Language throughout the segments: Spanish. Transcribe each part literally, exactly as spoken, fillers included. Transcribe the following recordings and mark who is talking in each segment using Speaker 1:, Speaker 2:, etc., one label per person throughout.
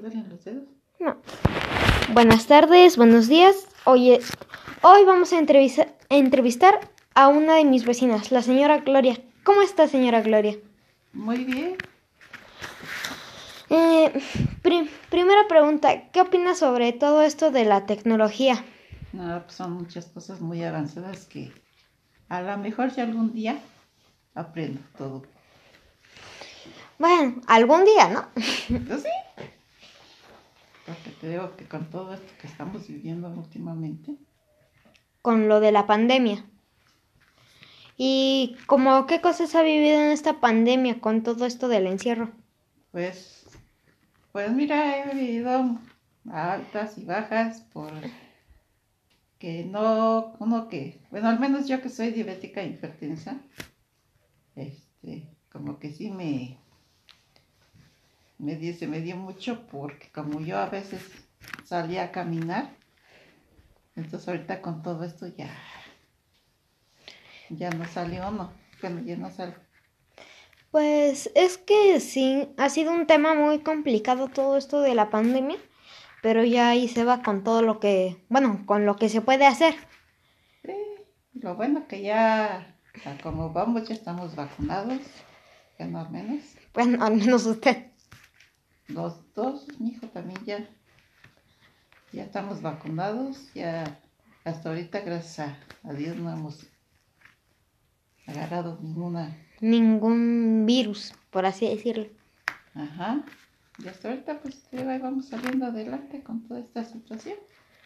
Speaker 1: duelen los dedos?
Speaker 2: No. Buenas tardes, buenos días. Hoy, hoy vamos a entrevistar, a entrevistar a una de mis vecinas, la señora Gloria. ¿Cómo está, señora Gloria?
Speaker 1: Muy bien.
Speaker 2: Eh, pri- primera pregunta, ¿qué opina sobre todo esto de la tecnología?
Speaker 1: No, pues son muchas cosas muy avanzadas que a lo mejor si algún día aprendo todo.
Speaker 2: Bueno, algún día, ¿no?
Speaker 1: ¿Yo sí? Porque te digo que con todo esto que estamos viviendo últimamente,
Speaker 2: Con lo de la pandemia. ¿Y como qué cosas ha vivido en esta pandemia con todo esto del encierro?
Speaker 1: pues, pues mira, he vivido altas y bajas por que no, uno que, bueno, al menos yo que soy diabética e hipertensa, este, como que sí me, me dio, se me dio mucho porque como yo a veces salía a caminar, entonces ahorita con todo esto ya, ya no salió, no, bueno, ya no sale.
Speaker 2: Pues es que sí, ha sido un tema muy complicado todo esto de la pandemia, pero ya ahí se va con todo lo que, bueno, con lo que se puede hacer.
Speaker 1: Sí, lo bueno que ya, a como vamos, ya estamos vacunados, ya no al menos.
Speaker 2: Bueno, al menos usted.
Speaker 1: Los dos, mi hijo también ya, ya estamos vacunados, ya hasta ahorita, gracias a, a Dios, no hemos agarrado ninguna.
Speaker 2: Ningún virus, por así decirlo.
Speaker 1: Ajá. Y hasta ahorita, pues, ahí vamos saliendo adelante con toda esta situación.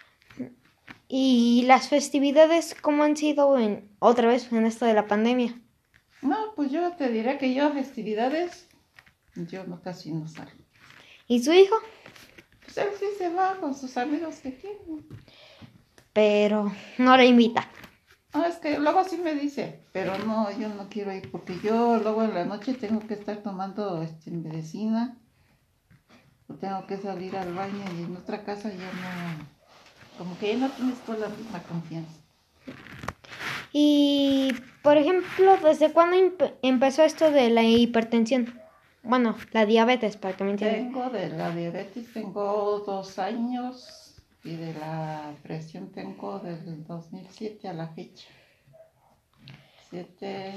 Speaker 2: ¿Y las festividades cómo han sido en, otra vez en esto de la pandemia?
Speaker 1: No, pues yo te diré que yo festividades, yo no casi no salgo.
Speaker 2: ¿Y su hijo?
Speaker 1: Pues él sí se va con sus amigos que tiene.
Speaker 2: Pero no le invita.
Speaker 1: No, es que luego sí me dice, pero no, yo no quiero ir porque yo luego en la noche tengo que estar tomando este, medicina, o tengo que salir al baño y en otra casa ya no, como que ya no tienes toda la misma confianza.
Speaker 2: Y, por ejemplo, ¿desde cuándo empe- empezó esto de la hipertensión? Bueno, la diabetes, para que me entiendan.
Speaker 1: Tengo de la diabetes, tengo dos años y de la presión tengo del dos mil siete a la fecha. Siete,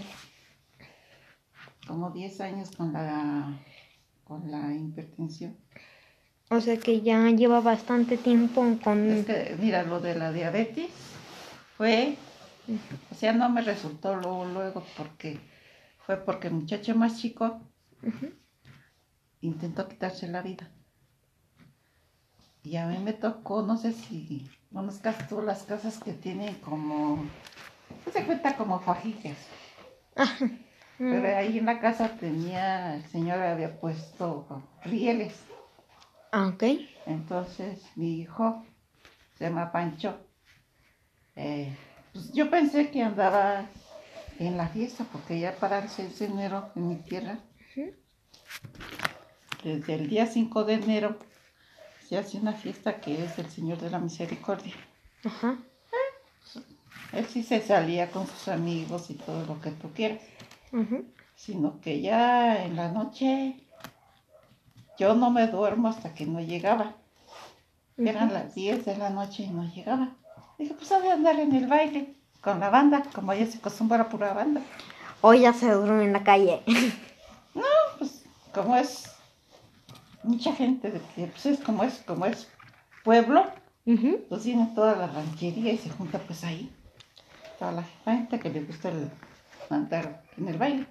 Speaker 1: como diez años con la, con la hipertensión.
Speaker 2: O sea que ya lleva bastante tiempo con...
Speaker 1: Es que, mira, lo de la diabetes fue, o sea, no me resultó luego, luego porque fue porque el muchacho más chico
Speaker 2: uh-huh.
Speaker 1: intentó quitarse la vida. Y a mí me tocó, no sé si conozcas tú las casas que tienen como, no se cuenta como fajillas.
Speaker 2: Uh-huh.
Speaker 1: Pero ahí en la casa tenía, el señor había puesto rieles.
Speaker 2: Ah, ok.
Speaker 1: Entonces mi hijo se llama Pancho. Eh, pues yo pensé que andaba en la fiesta, porque ya para el seis de enero en mi tierra,
Speaker 2: uh-huh.
Speaker 1: desde el día cinco de enero, se hace una fiesta que es el Señor de la Misericordia.
Speaker 2: Ajá.
Speaker 1: Él sí se salía con sus amigos y todo lo que tú quieras,
Speaker 2: Uh-huh.
Speaker 1: sino que ya en la noche yo no me duermo hasta que no llegaba. Uh-huh. Eran las diez de la noche y no llegaba. Dije, pues ha de andar en el baile con la banda, como ella se acostumbra a pura banda.
Speaker 2: Hoy ya se duerme en la calle.
Speaker 1: No, pues como es mucha gente, de que, pues es como es, como es pueblo, uh-huh. Pues tiene toda la ranchería y se junta pues ahí. Toda la gente que le gusta el andar en el baile.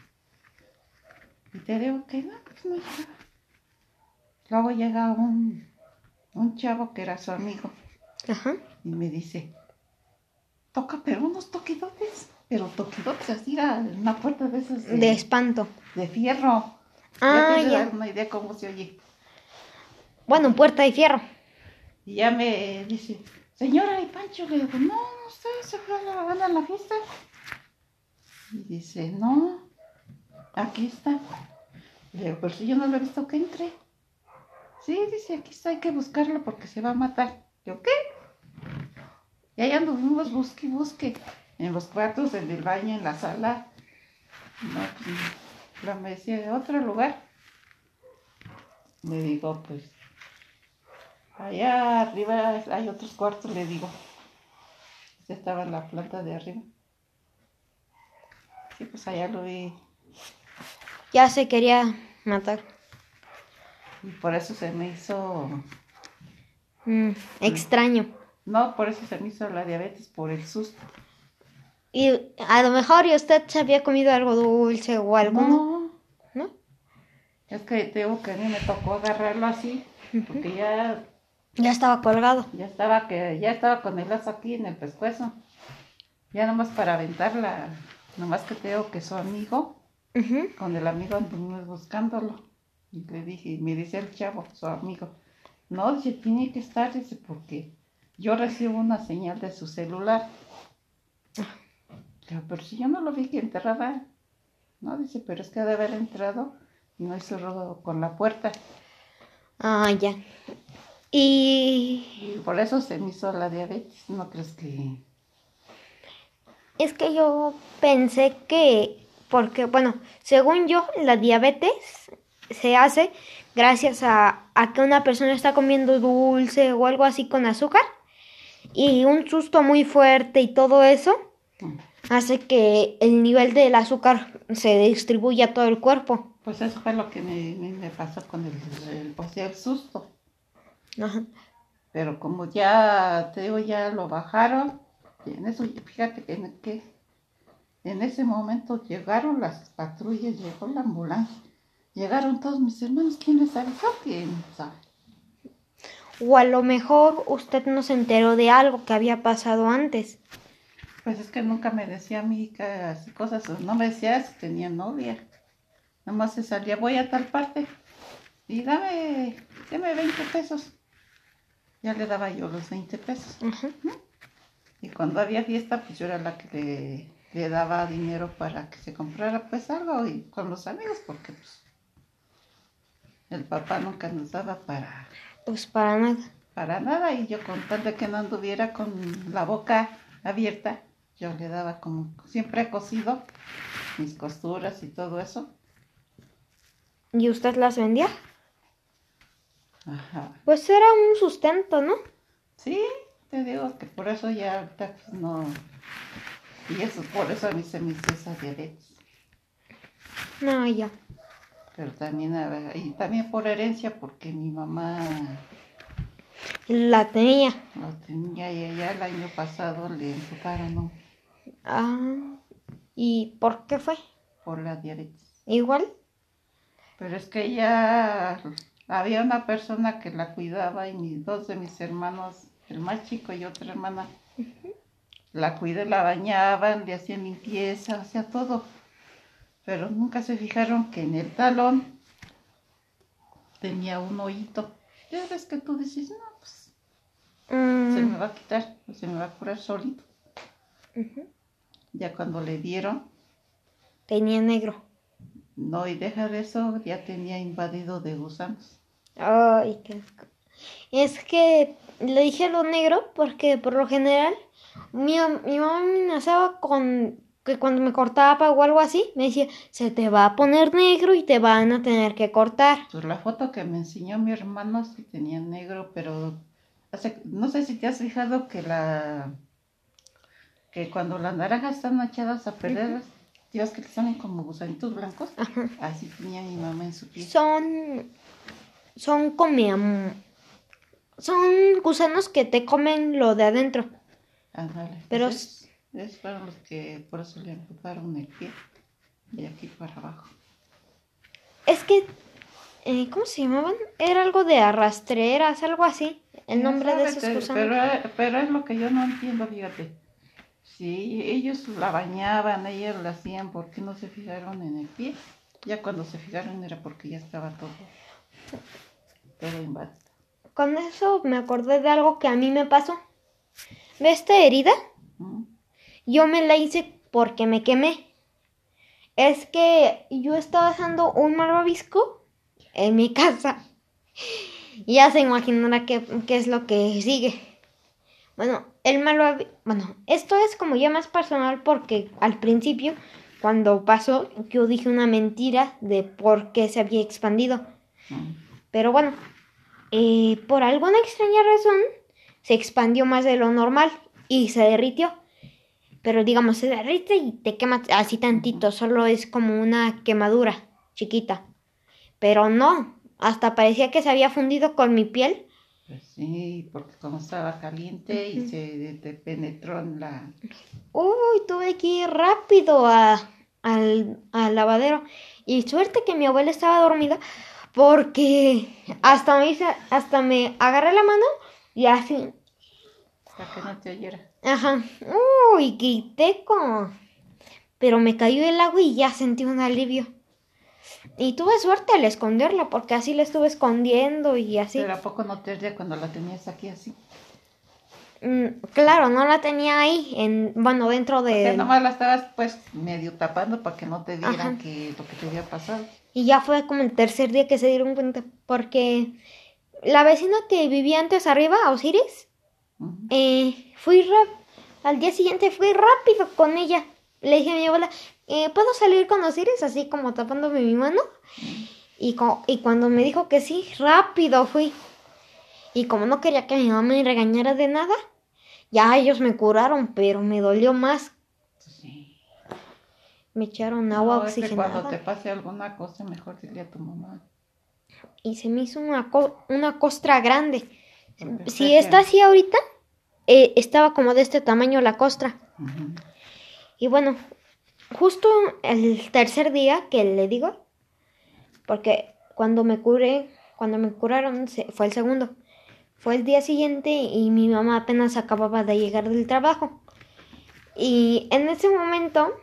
Speaker 1: Y te digo que no, pues no llegaba. Luego llega un, un chavo que era su amigo.
Speaker 2: Ajá.
Speaker 1: Y me dice, toca, pero unos toquidotes, pero toquidotes así a una puerta de esas de,
Speaker 2: de espanto.
Speaker 1: De fierro.
Speaker 2: Ah,
Speaker 1: ya te
Speaker 2: ya.
Speaker 1: dar una idea cómo se oye.
Speaker 2: Bueno, puerta de fierro.
Speaker 1: Y ya me dice, señora, ¿y Pancho? Le digo, no, no sé, se fue a la, a la fiesta. Y dice, no, aquí está. Le digo, pero si yo no lo he visto que entre. Sí, dice, aquí está, hay que buscarlo porque se va a matar. Digo, ¿qué? Y ahí anduvimos, busque y busque. En los cuartos, en el baño, en la sala. No, pues, me decía, ¿de otro lugar? Le digo, pues, Allá arriba hay otros cuartos, le digo. Este estaba en la planta de arriba. Sí, pues allá lo vi.
Speaker 2: Ya se quería matar.
Speaker 1: Y por eso se me hizo...
Speaker 2: Mm, extraño.
Speaker 1: No, por eso se me hizo la diabetes, por el susto.
Speaker 2: Y a lo mejor y usted se había comido algo dulce o algo, ¿no?
Speaker 1: No,
Speaker 2: ¿No?
Speaker 1: es que te digo que a mí me tocó agarrarlo así, porque ya,
Speaker 2: Ya estaba colgado.
Speaker 1: ya estaba que ya estaba con el lazo aquí en el pescuezo. Ya nomás para aventarla, nomás que te digo que su amigo,
Speaker 2: Ujú.
Speaker 1: con el amigo anduvimos buscándolo. Y le dije, me dice el chavo, su amigo, no, dice, tiene que estar, dice, porque yo recibo una señal de su celular. Digo, pero si yo no lo vi que enterraba, no, dice, pero es que ha de haber entrado y no hizo ruido con la puerta.
Speaker 2: Ah, ya. Y
Speaker 1: Y por eso se me hizo la diabetes, ¿no crees que...?
Speaker 2: es que yo pensé que, porque, bueno, según yo, la diabetes se hace gracias a, a que una persona está comiendo dulce o algo así con azúcar y un susto muy fuerte y todo eso
Speaker 1: Mm.
Speaker 2: hace que el nivel del azúcar se distribuya a todo el cuerpo.
Speaker 1: Pues eso fue lo que me, me, me pasó con el, el, pues, el susto.
Speaker 2: Ajá.
Speaker 1: Pero como ya, te digo, ya lo bajaron, y en eso, fíjate que en, que en ese momento llegaron las patrullas, llegó la ambulancia, llegaron todos mis hermanos, ¿quién les avisó? ¿Quién sabe?
Speaker 2: O a lo mejor usted no se enteró de algo que había pasado antes.
Speaker 1: Pues es que nunca me decía a mí que así cosas, no me decía si tenía novia. Nada más se salía, voy a tal parte y dame, dame veinte pesos. Ya le daba yo los veinte pesos.
Speaker 2: Ajá.
Speaker 1: Y cuando había fiesta, pues yo era la que le, le daba dinero para que se comprara pues algo y con los amigos, porque pues el papá nunca nos daba para,
Speaker 2: Pues para nada.
Speaker 1: para nada y yo con tal de que no anduviera con la boca abierta, yo le daba como siempre he cosido mis costuras y todo eso.
Speaker 2: ¿Y usted las vendía?
Speaker 1: Ajá.
Speaker 2: Pues era un sustento, ¿no?
Speaker 1: Sí, te digo que por eso ya ahorita pues, no... Y eso, por eso a mí se me hizo esa diabetes.
Speaker 2: No, ya.
Speaker 1: Pero también, a ver, y también por herencia, porque mi mamá
Speaker 2: La tenía.
Speaker 1: lo tenía y ya el año pasado le amputaron, ¿no?
Speaker 2: Ah, ¿y por qué fue?
Speaker 1: Por la diabetes.
Speaker 2: Igual.
Speaker 1: Pero es que ya había una persona que la cuidaba y mis dos de mis hermanos, el más chico y otra hermana, la cuidé, la bañaban, le hacían limpieza, hacía todo. Pero nunca se fijaron que en el talón tenía un hoyito. Ya ves que tú dices, no, pues
Speaker 2: Mm,
Speaker 1: se me va a quitar, pues, se me va a curar solito.
Speaker 2: ujú.
Speaker 1: Ya cuando le dieron,
Speaker 2: Tenía negro.
Speaker 1: no, y deja de eso, ya tenía invadido de gusanos.
Speaker 2: Ay, qué asco. Es que le dije lo negro porque por lo general mi, mi mamá me amenazaba con que cuando me cortaba o algo así, me decía, se te va a poner negro y te van a tener que cortar.
Speaker 1: Pues la foto que me enseñó mi hermano sí tenía negro, pero hace- no sé si te has fijado que la que cuando las naranjas están echadas a perder, Dios que le salen como gusanitos blancos,
Speaker 2: Ajá.
Speaker 1: así tenía mi mamá en su piel.
Speaker 2: Son, son como, son gusanos que te comen lo de adentro.
Speaker 1: Ándale,
Speaker 2: Pero
Speaker 1: pues es, es fueron los que por eso le amputaron el pie y aquí para abajo.
Speaker 2: es que, eh, ¿cómo se llamaban? Era algo de arrastreras, algo así. El
Speaker 1: ¿Quién
Speaker 2: nombre de
Speaker 1: sabe?
Speaker 2: esos
Speaker 1: Te-
Speaker 2: gusanos.
Speaker 1: Pero, pero es lo que yo no entiendo, fíjate. Si ellos la bañaban, ellos la hacían, ¿por qué no se fijaron en el pie? Ya cuando se fijaron era porque ya estaba todo, todo invadido.
Speaker 2: Con eso me acordé de algo que a mí me pasó. ¿Ves esta herida?
Speaker 1: ¿Mm?
Speaker 2: Yo me la hice porque me quemé. Es que yo estaba haciendo un malvavisco en mi casa. Y ya se imaginará qué, qué es lo que sigue. Bueno, el malvavisco... Bueno, esto es como ya más personal porque al principio, cuando pasó, yo dije una mentira de por qué se había expandido.
Speaker 1: ¿Mm?
Speaker 2: Pero bueno, eh, por alguna extraña razón, se expandió más de lo normal y se derritió. Pero digamos, se derrite y te quema así tantito,
Speaker 1: Ujú.
Speaker 2: solo es como una quemadura chiquita. Pero no, hasta parecía que se había fundido con mi piel.
Speaker 1: Pues sí, porque como estaba caliente y
Speaker 2: Ujú.
Speaker 1: se te penetró en la...
Speaker 2: Uy, tuve que ir rápido a, al, al lavadero. Y suerte que mi abuela estaba dormida porque hasta me hice, hasta me agarré la mano y así,
Speaker 1: para que no te oyera.
Speaker 2: ajá, uy, quité como, pero me cayó el agua y ya sentí un alivio. Y tuve suerte al esconderla porque así la estuve escondiendo y
Speaker 1: Pero
Speaker 2: así.
Speaker 1: ¿a poco no te ardía cuando la tenías aquí así?
Speaker 2: Mm, claro, no la tenía ahí, en, bueno, dentro
Speaker 1: O sea,
Speaker 2: del,
Speaker 1: nomás la estabas pues medio tapando para que no te
Speaker 2: ajá.
Speaker 1: vieran que lo que te había pasado.
Speaker 2: Y ya fue como el tercer día que se dieron cuenta porque la vecina que vivía antes arriba, Osiris,
Speaker 1: Ujú.
Speaker 2: eh, fui rap- al día siguiente fui rápido con ella. Le dije a mi abuela, eh, ¿puedo salir con Osiris? Así como tapándome mi mano.
Speaker 1: Ujú.
Speaker 2: Y, co- y cuando me dijo que sí, rápido fui. Y como no quería que mi mamá me regañara de nada, ya ellos me curaron, pero me dolió más.
Speaker 1: Sí.
Speaker 2: Me echaron agua
Speaker 1: No, es que cuando te
Speaker 2: oxigenada
Speaker 1: pase alguna cosa, mejor dile a tu mamá.
Speaker 2: y se me hizo una, co- una costra grande.
Speaker 1: Porque
Speaker 2: Si
Speaker 1: fue que...
Speaker 2: está así ahorita, eh, estaba como de este tamaño la costra.
Speaker 1: Ujú.
Speaker 2: Y bueno, justo el tercer día que le digo, porque cuando me curé, cuando me curaron se- fue el segundo. Fue el día siguiente y mi mamá apenas acababa de llegar del trabajo. Y en ese momento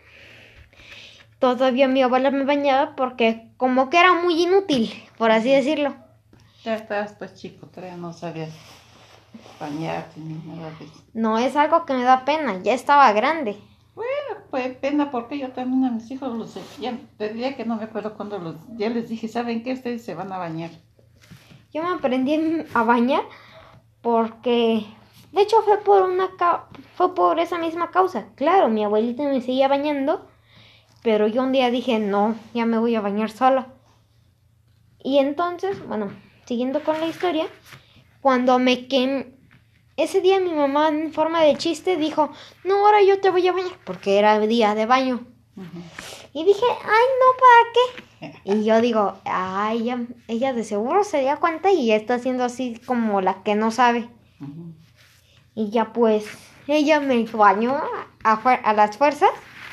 Speaker 2: todavía mi abuela me bañaba porque como que era muy inútil, por así
Speaker 1: Ujú.
Speaker 2: decirlo.
Speaker 1: Ya estabas pues chico, todavía no sabías bañarte ni nada de eso.
Speaker 2: No es algo que me da pena, ya estaba grande.
Speaker 1: Bueno, pues pena porque yo también a mis hijos los... Ya, te diría que no me acuerdo cuando los... Ya les dije, ¿saben qué? Ustedes se van a bañar.
Speaker 2: Yo me aprendí a bañar porque de hecho fue por una ca- fue por esa misma causa. Claro, mi abuelita me seguía bañando, pero yo un día dije, "No, ya me voy a bañar sola." Y entonces, bueno, siguiendo con la historia, cuando me quemé ese día mi mamá en forma de chiste dijo, "No, ahora yo te voy a bañar porque era día de baño."
Speaker 1: Ujú.
Speaker 2: Y dije, "Ay, no, ¿para qué?" Y yo digo, "Ay, ella, ella de seguro se dio cuenta y está haciendo así como la que no sabe."
Speaker 1: Ujú.
Speaker 2: Y ya pues ella me bañó a, fuer- a las fuerzas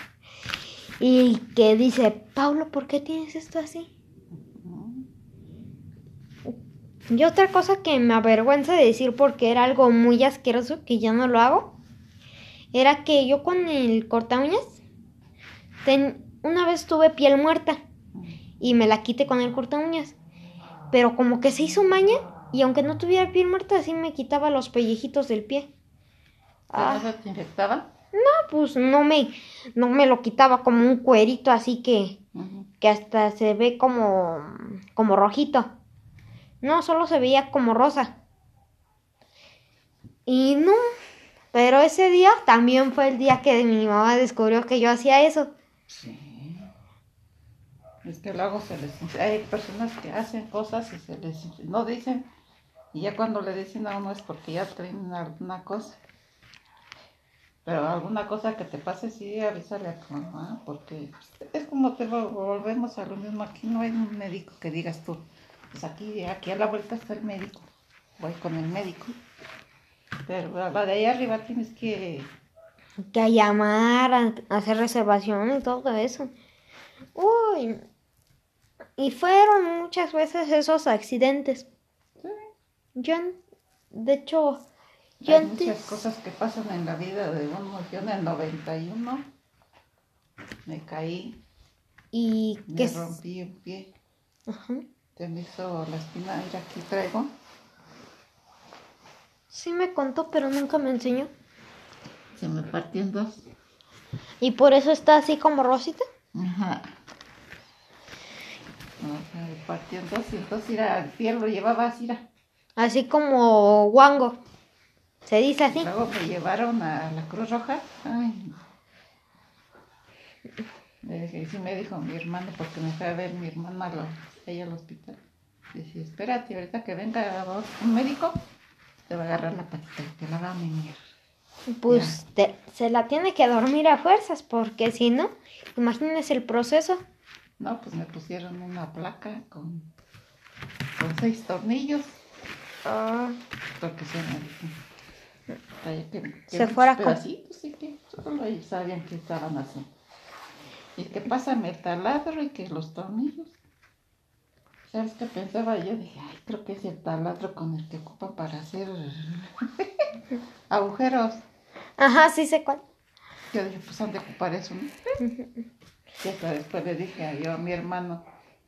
Speaker 2: y que dice, "Paulo, ¿por qué tienes esto así?"
Speaker 1: Ujú.
Speaker 2: Y otra cosa que me avergüenza de decir porque era algo muy asqueroso que ya no lo hago, era que yo con el corta uñas, ten- una vez tuve piel muerta y me la quité con el corta uñas, pero como que se hizo maña y aunque no tuviera piel muerta, así me quitaba los pellejitos del pie.
Speaker 1: ¿Pero no
Speaker 2: Ah,
Speaker 1: se te inyectaban?
Speaker 2: no, pues no me, no me lo quitaba como un cuerito así que,
Speaker 1: Ujú.
Speaker 2: que hasta se ve como, como rojito. No, solo se veía como rosa. Y no, pero ese día también fue el día que mi mamá descubrió que yo hacía eso.
Speaker 1: Sí. Es que luego se les... Hay personas que hacen cosas y se les... No dicen. Y ya cuando le dicen a uno es porque ya traen alguna cosa. Pero alguna cosa que te pase, sí, avísale a tu mamá, porque es como te vol- volvemos a lo mismo. Aquí no hay un médico que digas tú, pues aquí, aquí a la vuelta está el médico, voy con el médico. Pero a la de ahí arriba tienes que...
Speaker 2: Que llamar, a, a hacer reservación y todo eso. Uy, y fueron muchas veces esos accidentes.
Speaker 1: Sí,
Speaker 2: Yo, an- de hecho, yo
Speaker 1: hay muchas
Speaker 2: antes,
Speaker 1: cosas que pasan en la vida de uno. Yo en el noventa y uno me caí,
Speaker 2: y que,
Speaker 1: me
Speaker 2: s-
Speaker 1: rompí un pie,
Speaker 2: ajá,
Speaker 1: se me hizo la espina, mira aquí traigo,
Speaker 2: sí me contó, pero nunca me enseñó.
Speaker 1: se me partió en dos.
Speaker 2: Y por eso está así como rosita.
Speaker 1: Ajá. No, se me partió en dos y entonces era, el pie lo llevaba así, era.
Speaker 2: Así como guango. Se dice
Speaker 1: Y
Speaker 2: así.
Speaker 1: luego me llevaron a la Cruz Roja. Ay, no. Eh, sí me dijo mi hermano, porque me fue a ver mi hermana al, ahí al hospital. Dice, espérate, ahorita que venga un médico, te va a agarrar la patita y te la va a menear.
Speaker 2: Pues te- se la tiene que dormir a fuerzas, porque si no, imagínese el proceso.
Speaker 1: No, pues me pusieron una placa con, con seis tornillos.
Speaker 2: Ah,
Speaker 1: Porque se me ay, que, que
Speaker 2: Se
Speaker 1: muchos
Speaker 2: fuera con-
Speaker 1: pedacitos y que solo ellos sabían que estaban así. Y que pásame el taladro y que los tornillos. ¿Sabes qué pensaba? Yo dije, ay, creo que es el taladro con el que ocupan para hacer agujeros.
Speaker 2: Ajá, sí sé cuál.
Speaker 1: Yo dije, pues han de ocupar eso, ¿no? Y hasta después le dije a yo a mi hermano.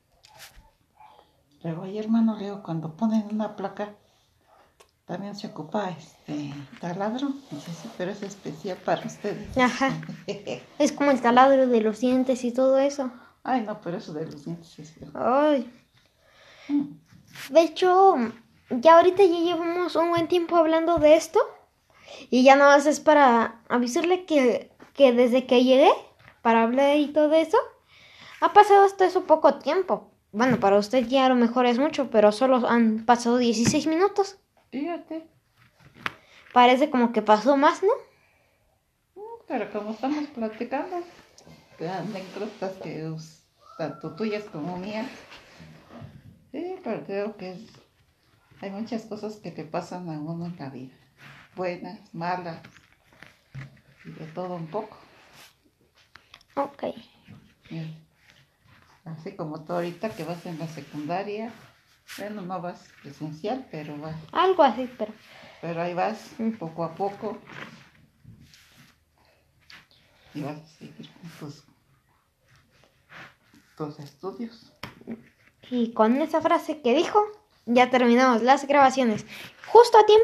Speaker 1: Luego, oye hermano, le digo, cuando ponen una placa, también se ocupa este taladro. Dice, sí, pero es especial para ustedes.
Speaker 2: Ajá. Es como el taladro de los dientes y todo eso.
Speaker 1: Ay, no, pero eso de los dientes es feo.
Speaker 2: Ay.
Speaker 1: Mm.
Speaker 2: De hecho, ya ahorita ya llevamos un buen tiempo hablando de esto. Y ya nada más es para avisarle que, que desde que llegué para hablar y todo eso, ha pasado hasta eso poco tiempo. Bueno, para usted ya a lo mejor es mucho, pero solo han pasado dieciséis minutos.
Speaker 1: Fíjate.
Speaker 2: Parece como que pasó más, ¿no?
Speaker 1: Mm, Pero como estamos platicando, de anécdotas que us- tanto tuyas como mías. Sí, pero creo que es- hay muchas cosas que te pasan a uno en la vida. Buenas, malas, y de todo un poco.
Speaker 2: Ok.
Speaker 1: Mira, así como tú ahorita que vas en la secundaria, bueno, no vas presencial, pero vas,
Speaker 2: Algo así, pero...
Speaker 1: pero ahí vas
Speaker 2: Mm.
Speaker 1: poco a poco y vas a seguir con tus, tus estudios.
Speaker 2: Y con esa frase que dijo, ya terminamos las grabaciones. Justo a tiempo.